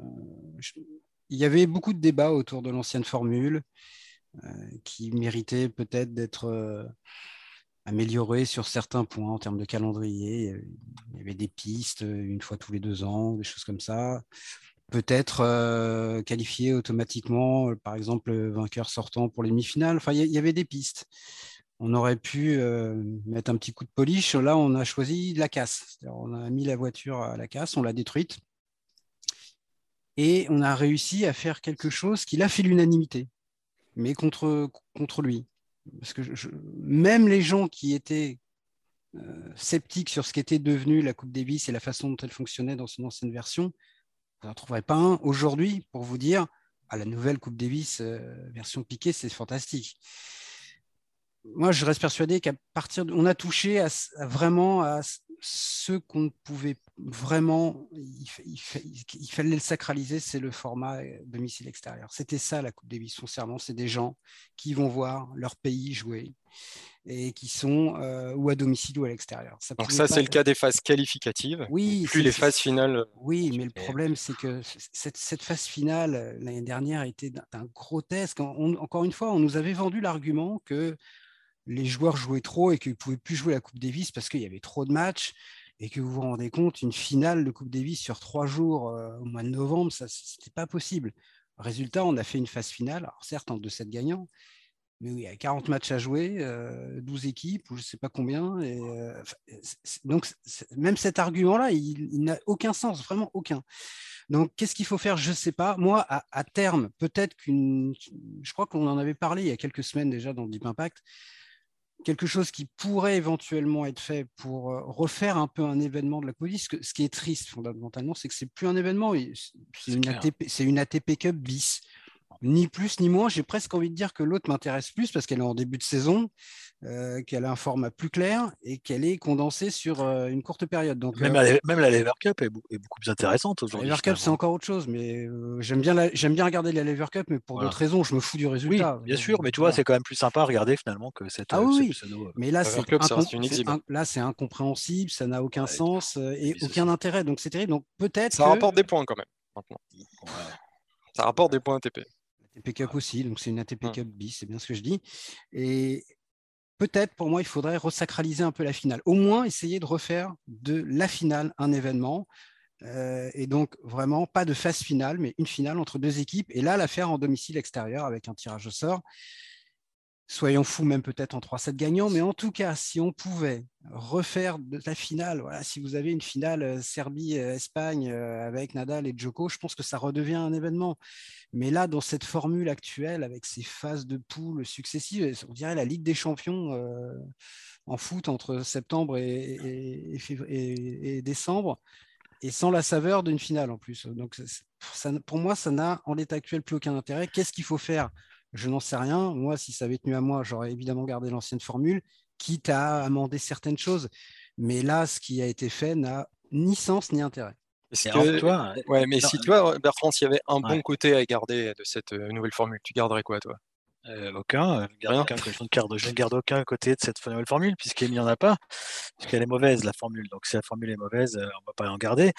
Il y avait beaucoup de débats autour de l'ancienne formule qui méritaient peut-être d'être améliorés sur certains points en termes de calendrier. Il y avait des pistes une fois tous les 2 ans, des choses comme ça. Peut-être qualifier automatiquement, par exemple, le vainqueur sortant pour les demi-finales. Enfin, il y avait des pistes. On aurait pu mettre un petit coup de polish. Là, on a choisi la casse. C'est-à-dire, on a mis la voiture à la casse, on l'a détruite. Et on a réussi à faire quelque chose qui l'a fait l'unanimité, mais contre lui. Parce que même les gens qui étaient sceptiques sur ce qu'était devenu la Coupe Davis et la façon dont elle fonctionnait dans son ancienne version, vous n'en trouverez pas un aujourd'hui pour vous dire la nouvelle Coupe Davis version Piquet, c'est fantastique. Moi, je reste persuadé qu'à partir on a touché vraiment à ce qu'on ne pouvait vraiment, il fallait le sacraliser, c'est le format domicile extérieur. C'était ça la Coupe Davis, foncièrement, c'est des gens qui vont voir leur pays jouer et qui sont ou à domicile ou à l'extérieur. Donc ça, c'est le cas des phases qualificatives, oui, plus les phases finales. Oui, mais le problème, c'est que cette phase finale, l'année dernière, était d'un grotesque. Encore une fois, on nous avait vendu l'argument que les joueurs jouaient trop et qu'ils ne pouvaient plus jouer la Coupe Davis parce qu'il y avait trop de matchs et que vous vous rendez compte, une finale de Coupe Davis sur 3 jours au mois de novembre, ça, c'était pas possible. Résultat, on a fait une phase finale, alors certes en 2-7 gagnants, mais oui, il y a 40 matchs à jouer, 12 équipes, ou je ne sais pas combien. Et, donc, même cet argument-là, il n'a aucun sens, vraiment aucun. Donc, qu'est-ce qu'il faut faire? Je ne sais pas. Moi, à terme, peut-être je crois qu'on en avait parlé il y a quelques semaines déjà dans Deep Impact, quelque chose qui pourrait éventuellement être fait pour refaire un peu un événement de la police. Ce qui est triste fondamentalement, c'est que c'est plus un événement, c'est une ATP Cup bis. Ni plus ni moins. J'ai presque envie de dire que l'autre m'intéresse plus parce qu'elle est en début de saison, qu'elle a un format plus clair et qu'elle est condensée sur une courte période. Donc, Même la Lever Cup est beaucoup plus intéressante la aujourd'hui, Lever Cup, c'est finalement. encore autre chose, mais j'aime bien regarder la Lever Cup, mais pour Voilà. d'autres raisons. Je me fous du Oui, résultat. bien sûr, mais tu vois, Voilà. c'est quand même plus sympa à regarder finalement que Ah oui, ce oui. pseudo. Mais là, Lever Cup, ça reste une exhibe. là, c'est incompréhensible, ça n'a aucun Ouais, sens et Davis aucun aussi. intérêt. Donc, c'est terrible. Donc, peut-être Ça que rapporte des points quand même, maintenant. Ouais. Ça rapporte des points ATP. ATP Cup aussi, donc c'est une ATP Hum. Cup bis, c'est bien ce que je dis. Et peut-être, pour moi, il faudrait resacraliser un peu la finale. Au moins, essayer de refaire de la finale un événement. Et donc, vraiment, pas de phase finale, mais une finale entre deux équipes. Et là, la faire en domicile extérieur avec un tirage au sort. Soyons fous, même peut-être en 3-7 gagnants. Mais en tout cas, si on pouvait refaire de la finale, voilà, si vous avez une finale Serbie-Espagne avec Nadal et Djoko, je pense que ça redevient un événement. Mais là, dans cette formule actuelle, avec ces phases de poules successives, on dirait la Ligue des champions en foot entre septembre et décembre, et sans la saveur d'une finale en plus. Donc, ça, pour moi, ça n'a en l'état actuel plus aucun intérêt. Qu'est-ce qu'il faut faire? Je n'en sais rien. Moi, si ça avait tenu à moi, j'aurais évidemment gardé l'ancienne formule, quitte à amender certaines choses. Mais là, ce qui a été fait n'a ni sens ni intérêt. Est-ce Et alors, que... toi, Ouais, mais non, si toi, Bertrand, s'il y avait un ouais, bon côté à garder de cette nouvelle formule, tu garderais quoi, toi? aucun, Rien? je ne garde aucun côté de cette nouvelle formule, puisqu'il n'y en a pas, puisqu'elle est mauvaise, la formule. Donc, si la formule est mauvaise, on ne va pas en garder.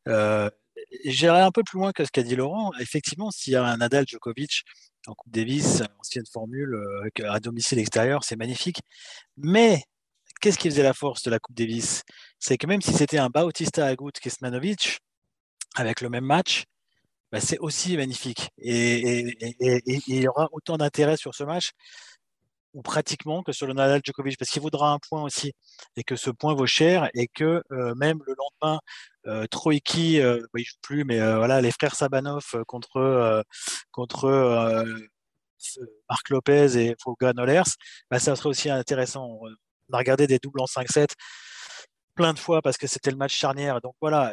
J'irai un peu plus loin que ce qu'a dit Laurent. Effectivement, s'il y a un Nadal Djokovic en Coupe Davis, ancienne formule, à domicile extérieur, c'est magnifique. Mais qu'est-ce qui faisait la force de la Coupe Davis? C'est que même si c'était un Bautista Agut Kecmanovic, avec le même match, bah, c'est aussi magnifique. Et il y aura autant d'intérêt sur ce match, ou pratiquement, que sur le Nadal Djokovic, parce qu'il vaudra un point aussi, et que ce point vaut cher, et que même le lendemain, Troïki, il joue plus, mais voilà, les frères Sabanov contre Marc Lopez et Vaughan Ollers, bah, ça serait aussi intéressant. On a regardé des doubles en 5-7 plein de fois parce que c'était le match charnière. Donc voilà,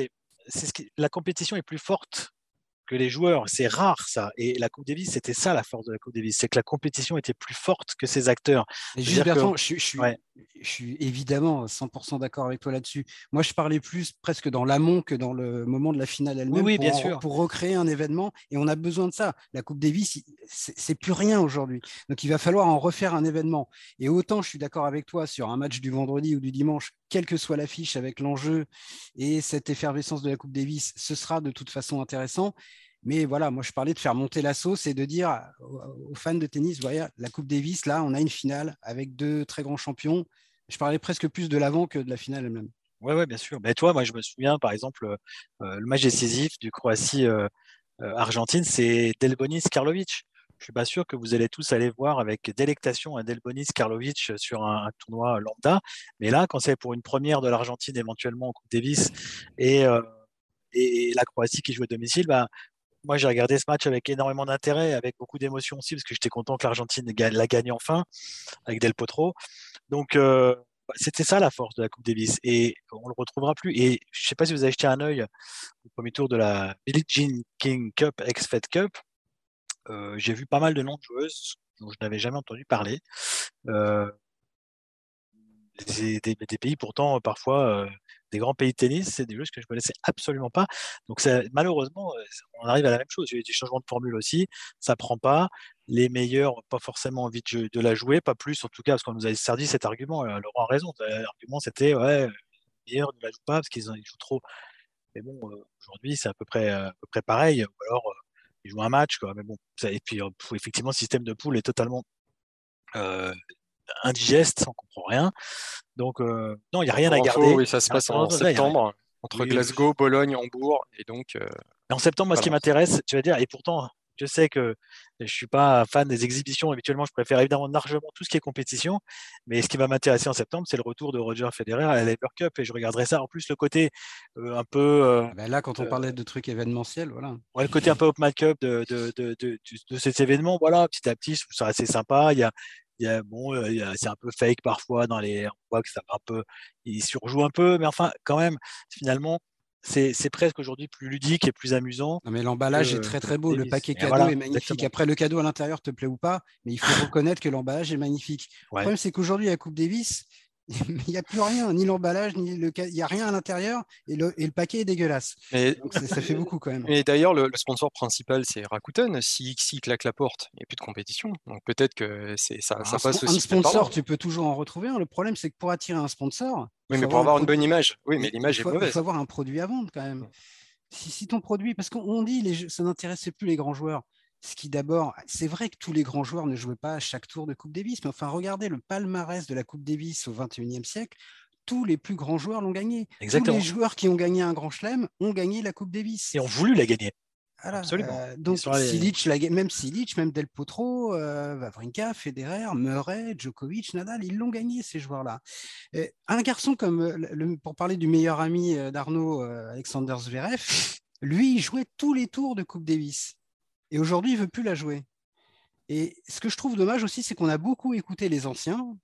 la compétition est plus forte que les joueurs. C'est rare ça. Et la Coupe Davis, c'était ça la force de la Coupe Davis, c'est que la compétition était plus forte que ses acteurs. Et juste C'est-à-dire que, Bertrand, ouais, je suis évidemment 100% d'accord avec toi là-dessus. Moi, je parlais plus presque dans l'amont que dans le moment de la finale oui, elle-même oui, bien sûr. pour recréer un événement. Et on a besoin de ça. La Coupe Davis, c'est plus rien aujourd'hui. Donc, il va falloir en refaire un événement. Et autant je suis d'accord avec toi sur un match du vendredi ou du dimanche, quelle que soit l'affiche avec l'enjeu et cette effervescence de la Coupe Davis, ce sera de toute façon intéressant. Mais voilà, moi je parlais de faire monter la sauce et de dire aux fans de tennis, voilà, la Coupe Davis, là, on a une finale avec deux très grands champions. Je parlais presque plus de l'avant que de la finale elle-même. Ouais, ouais, bien sûr. Mais toi, moi, je me souviens, par exemple, le match décisif du Croatie-Argentine, c'est Delbonis-Karlovic. Je suis pas sûr que vous allez tous aller voir avec délectation un Delbonis-Karlovic sur un tournoi lambda. Mais là, quand c'est pour une première de l'Argentine éventuellement en Coupe Davis et, euh, et la Croatie qui joue à domicile, bah, moi, j'ai regardé ce match avec énormément d'intérêt, avec beaucoup d'émotion aussi, parce que j'étais content que l'Argentine la gagne enfin, avec Del Potro. Donc, c'était ça la force de la Coupe Davis. Et on le retrouvera plus. Et je ne sais pas si vous avez jeté un œil au premier tour de la Billie Jean King Cup, ex-Fed Cup. J'ai vu pas mal de noms de joueuses dont je n'avais jamais entendu parler. Euh, c'est des pays pourtant parfois des grands pays de tennis, c'est des joueurs que je ne connaissais absolument pas. Donc malheureusement, on arrive à la même chose. Il y a eu des changements de formule aussi, ça prend pas. Les meilleurs n'ont pas forcément envie de la jouer, pas plus en tout cas, parce qu'on nous a servi cet argument. Laurent a raison. L'argument c'était ouais, les meilleurs ne la jouent pas parce qu'ils jouent trop. Mais bon, aujourd'hui c'est à peu près pareil. Ou alors ils jouent un match, quoi. Mais bon, et puis effectivement, le système de poule est totalement euh, indigeste, on comprend rien. Donc, non, il n'y a rien à Pour info, garder. oui, ça se passe en Là, septembre, entre oui, Glasgow, Bologne, Hambourg, et donc en septembre, moi, ce qui Valence. m'intéresse, tu vas dire, et pourtant, je sais que je ne suis pas fan des exhibitions. Habituellement, je préfère évidemment largement tout ce qui est compétition. Mais ce qui va m'intéresser en septembre, c'est le retour de Roger Federer à la Lever Cup. Et je regarderai ça. En plus, le côté un peu. Ah ben là, quand on parlait de trucs événementiels, voilà. Ouais, le côté un peu Hopman Cup de cet événement, voilà, petit à petit, je trouve ça assez sympa. Bon, c'est un peu fake parfois on voit que ça va un peu, il surjoue un peu, mais enfin, quand même, finalement, c'est presque aujourd'hui plus ludique et plus amusant. Non, mais l'emballage est très très beau. Le paquet cadeau est magnifique. Exactement. Après, le cadeau à l'intérieur te plaît ou pas, mais il faut reconnaître que l'emballage est magnifique. Le problème, c'est qu'aujourd'hui, la Coupe Davis, il n'y a plus rien, ni l'emballage, il n'y a rien à l'intérieur, et le paquet est dégueulasse. Donc ça fait beaucoup quand même. Et d'ailleurs, le sponsor principal, c'est Rakuten. S'il claque la porte, il n'y a plus de compétition. Donc peut-être que ça passe aussi. Un sponsor, tu peux toujours en retrouver un. Le problème, c'est que pour attirer un sponsor, oui, mais pour avoir une bonne image. Oui, mais l'image est mauvaise. Il faut avoir un produit à vendre quand même. Si ton produit, parce qu'on dit ça n'intéressait plus les grands joueurs. Ce qui d'abord, c'est vrai que tous les grands joueurs ne jouaient pas à chaque tour de Coupe Davis, mais enfin, regardez le palmarès de la Coupe Davis au XXIe siècle, tous les plus grands joueurs l'ont gagné. Exactement. Tous les joueurs qui ont gagné un grand chelem ont gagné la Coupe Davis. Et ont voulu la gagner. Voilà. Absolument. Donc Silic, même Del Potro, Wawrinka, Federer, Murray, Djokovic, Nadal, ils l'ont gagné ces joueurs-là. Un garçon comme, pour parler du meilleur ami d'Arnaud, Alexander Zverev, lui, il jouait tous les tours de Coupe Davis. Et aujourd'hui, il ne veut plus la jouer. Et ce que je trouve dommage aussi, c'est qu'on a beaucoup écouté les anciens.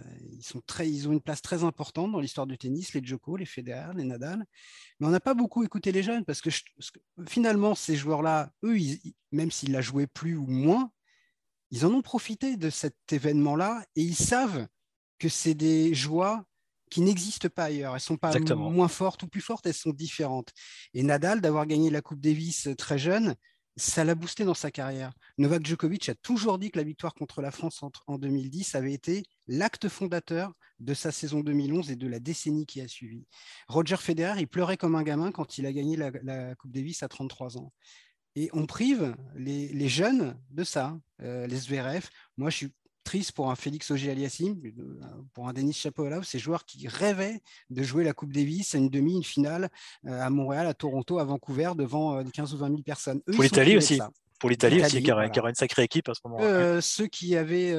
Ils ont une place très importante dans l'histoire du tennis, les Djoko, les Federer, les Nadal. Mais on n'a pas beaucoup écouté les jeunes parce que finalement, ces joueurs-là, eux, même s'ils la jouaient plus ou moins, ils en ont profité de cet événement-là et ils savent que c'est des joies qui n'existent pas ailleurs. Elles ne sont pas moins fortes ou plus fortes, elles sont différentes. Et Nadal, d'avoir gagné la Coupe Davis très jeune, ça l'a boosté dans sa carrière. Novak Djokovic a toujours dit que la victoire contre la France en 2010 avait été l'acte fondateur de sa saison 2011 et de la décennie qui a suivi. Roger Federer, il pleurait comme un gamin quand il a gagné la Coupe Davis à 33 ans. Et on prive les jeunes de ça, les Zverev. Moi, je suis triste pour un Félix Auger-Aliassime, pour un Denis Shapovalov, ces joueurs qui rêvaient de jouer la Coupe Davis à une demi, une finale à Montréal, à Toronto, à Vancouver, devant 15 ou 20 000 personnes. Eux, pour l'Italie aussi. Pour l'Italie aussi, qui aura une sacrée équipe à ce moment-là. Ceux qui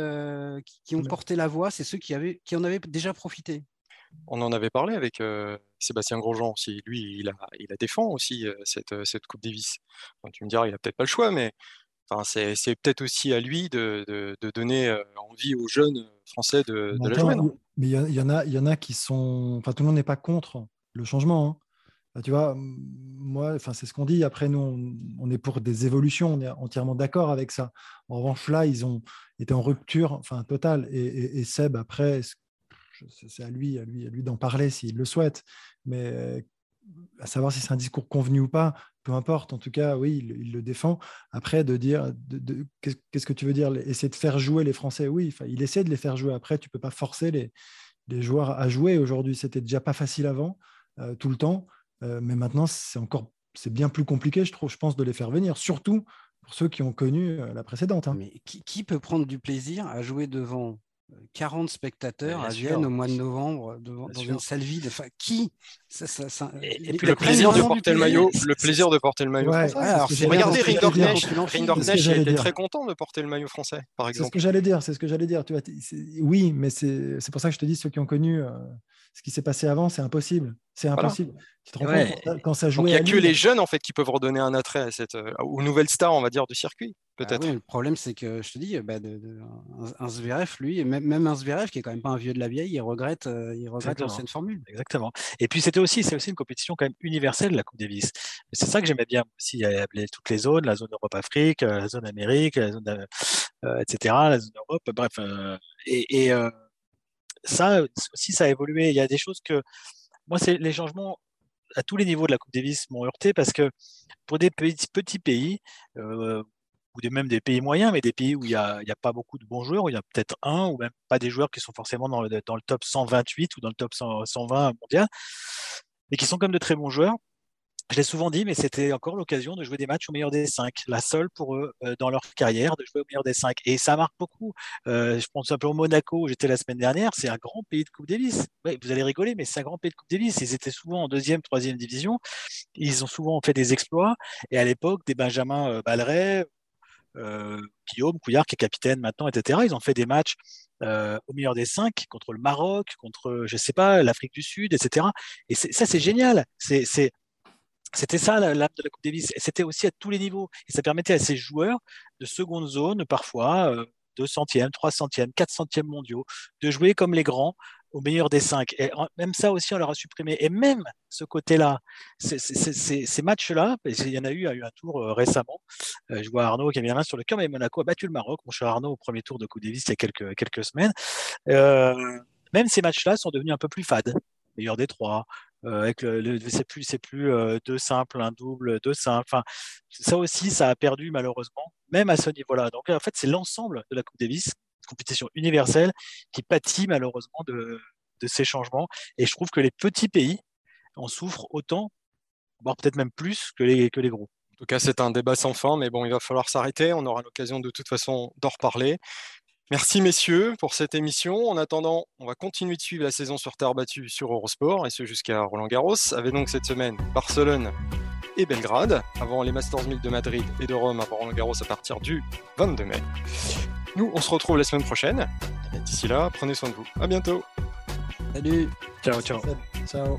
ont porté la voix, c'est ceux qui en avaient déjà profité. On en avait parlé avec Sébastien Grosjean aussi. Lui, il a défend aussi cette Coupe Davis. Enfin, tu me diras, il n'a peut-être pas le choix, mais c'est peut-être aussi à lui de donner envie aux jeunes Français de la jouer. Non, mais il y en a qui sont... Enfin, tout le monde n'est pas contre le changement. Hein. Enfin, tu vois, moi, c'est ce qu'on dit. Après, nous, on est pour des évolutions. On est entièrement d'accord avec ça. En revanche, là, ils ont été en rupture totale. Et Seb, après, c'est à lui d'en parler s'il le souhaite. Mais à savoir si c'est un discours convenu ou pas, peu importe. En tout cas, oui, il le défend. Après, de dire, qu'est-ce que tu veux dire? Essayer de faire jouer les Français, oui. Il essaie de les faire jouer. Après, tu ne peux pas forcer les joueurs à jouer. Aujourd'hui, c'était déjà pas facile avant, tout le temps. Mais maintenant, c'est bien plus compliqué, je pense, de les faire venir. Surtout pour ceux qui ont connu la précédente. Hein. Mais qui peut prendre du plaisir à jouer devant 40 spectateurs à Vienne au mois de novembre dans une salle vide? Qui Et puis le plaisir de porter le maillot, français. Alors, regardez Rinderknecht, il était très content de porter le maillot français, par exemple. C'est ce que j'allais dire. Tu vois, oui, mais c'est pour ça que je te dis, ceux qui ont connu ce qui s'est passé avant, c'est impossible. C'est impossible. Voilà. Tu te rends compte quand ça jouait. Il n'y a que les jeunes en fait qui peuvent redonner un attrait aux nouvelles stars, on va dire, du circuit. Peut-être. Oui, le problème, c'est que je te dis, un Zverev, lui, même un Zverev qui est quand même pas un vieux de la vieille, il regrette l'ancienne formule. Exactement. Et puis c'est aussi une compétition quand même universelle, la Coupe Davis. C'est ça que j'aimais bien aussi. Il y avait toutes les zones, la zone Europe-Afrique, la zone Amérique, la zone etc., la zone Europe. Bref, ça aussi, ça a évolué. Il y a des choses que moi, c'est les changements à tous les niveaux de la Coupe Davis m'ont heurté parce que pour des petits pays ou même des pays moyens, mais des pays où il y a pas beaucoup de bons joueurs, où il y a peut-être un ou même pas des joueurs qui sont forcément dans le top 128 ou dans le top 120 mondial, et qui sont comme de très bons joueurs. Je l'ai souvent dit, mais c'était encore l'occasion de jouer des matchs au meilleur des 5, la seule pour eux dans leur carrière, de jouer au meilleur des 5. Et ça marque beaucoup. Je pense un peu au Monaco, où j'étais la semaine dernière, c'est un grand pays de Coupe Davis. Ouais, vous allez rigoler, mais c'est un grand pays de Coupe Davis. Ils étaient souvent en 2e, 3e division. Ils ont souvent fait des exploits. Et à l'époque, des Benjamin Balleret, Guillaume Couillard, qui est capitaine maintenant, etc. Ils ont fait des matchs au meilleur des 5 contre le Maroc, contre, je sais pas, l'Afrique du Sud, etc. Et ça, c'est génial. C'était ça l'âme de la Coupe Davis. Et c'était aussi à tous les niveaux. Et ça permettait à ces joueurs de seconde zone, parfois 200e, 300e, 400e mondiaux, de jouer comme les grands au meilleur des 5. Et même ça aussi, on leur a supprimé. Et même ce côté-là, ces matchs-là, il y en a eu un tour récemment. Je vois Arnaud qui a mis la main sur le cœur, mais Monaco a battu le Maroc, mon cher Arnaud, au premier tour de Coupe Davis il y a quelques semaines. Même ces matchs-là sont devenus un peu plus fades. Meilleur des 3. Avec c'est plus 2 simples, un double, 2 simples. Enfin, ça aussi, ça a perdu malheureusement, même à ce niveau-là. Donc en fait, c'est l'ensemble de la Coupe Davis, compétition universelle, qui pâtit malheureusement de ces changements. Et je trouve que les petits pays en souffrent autant, voire peut-être même plus que les gros. En tout cas, c'est un débat sans fin, mais bon, il va falloir s'arrêter. On aura l'occasion de toute façon d'en reparler. Merci messieurs pour cette émission. En attendant, on va continuer de suivre la saison sur terre battue sur Eurosport, et ce jusqu'à Roland-Garros, avec donc cette semaine Barcelone et Belgrade, avant les Masters 1000 de Madrid et de Rome avant Roland-Garros à partir du 22 mai. Nous, on se retrouve la semaine prochaine. Et d'ici là, prenez soin de vous. À bientôt. Salut. Ciao. Ciao.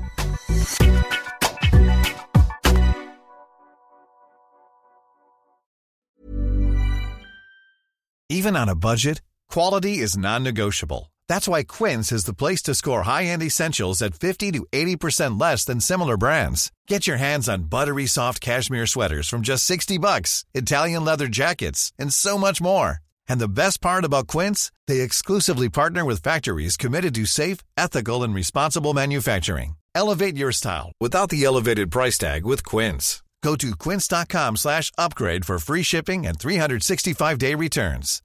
Even on a budget, quality is non-negotiable. That's why Quince is the place to score high-end essentials at 50 to 80% less than similar brands. Get your hands on buttery soft cashmere sweaters from just $60, Italian leather jackets, and so much more. And the best part about Quince, they exclusively partner with factories committed to safe, ethical, and responsible manufacturing. Elevate your style without the elevated price tag with Quince. Go to quince.com/upgrade for free shipping and 365-day returns.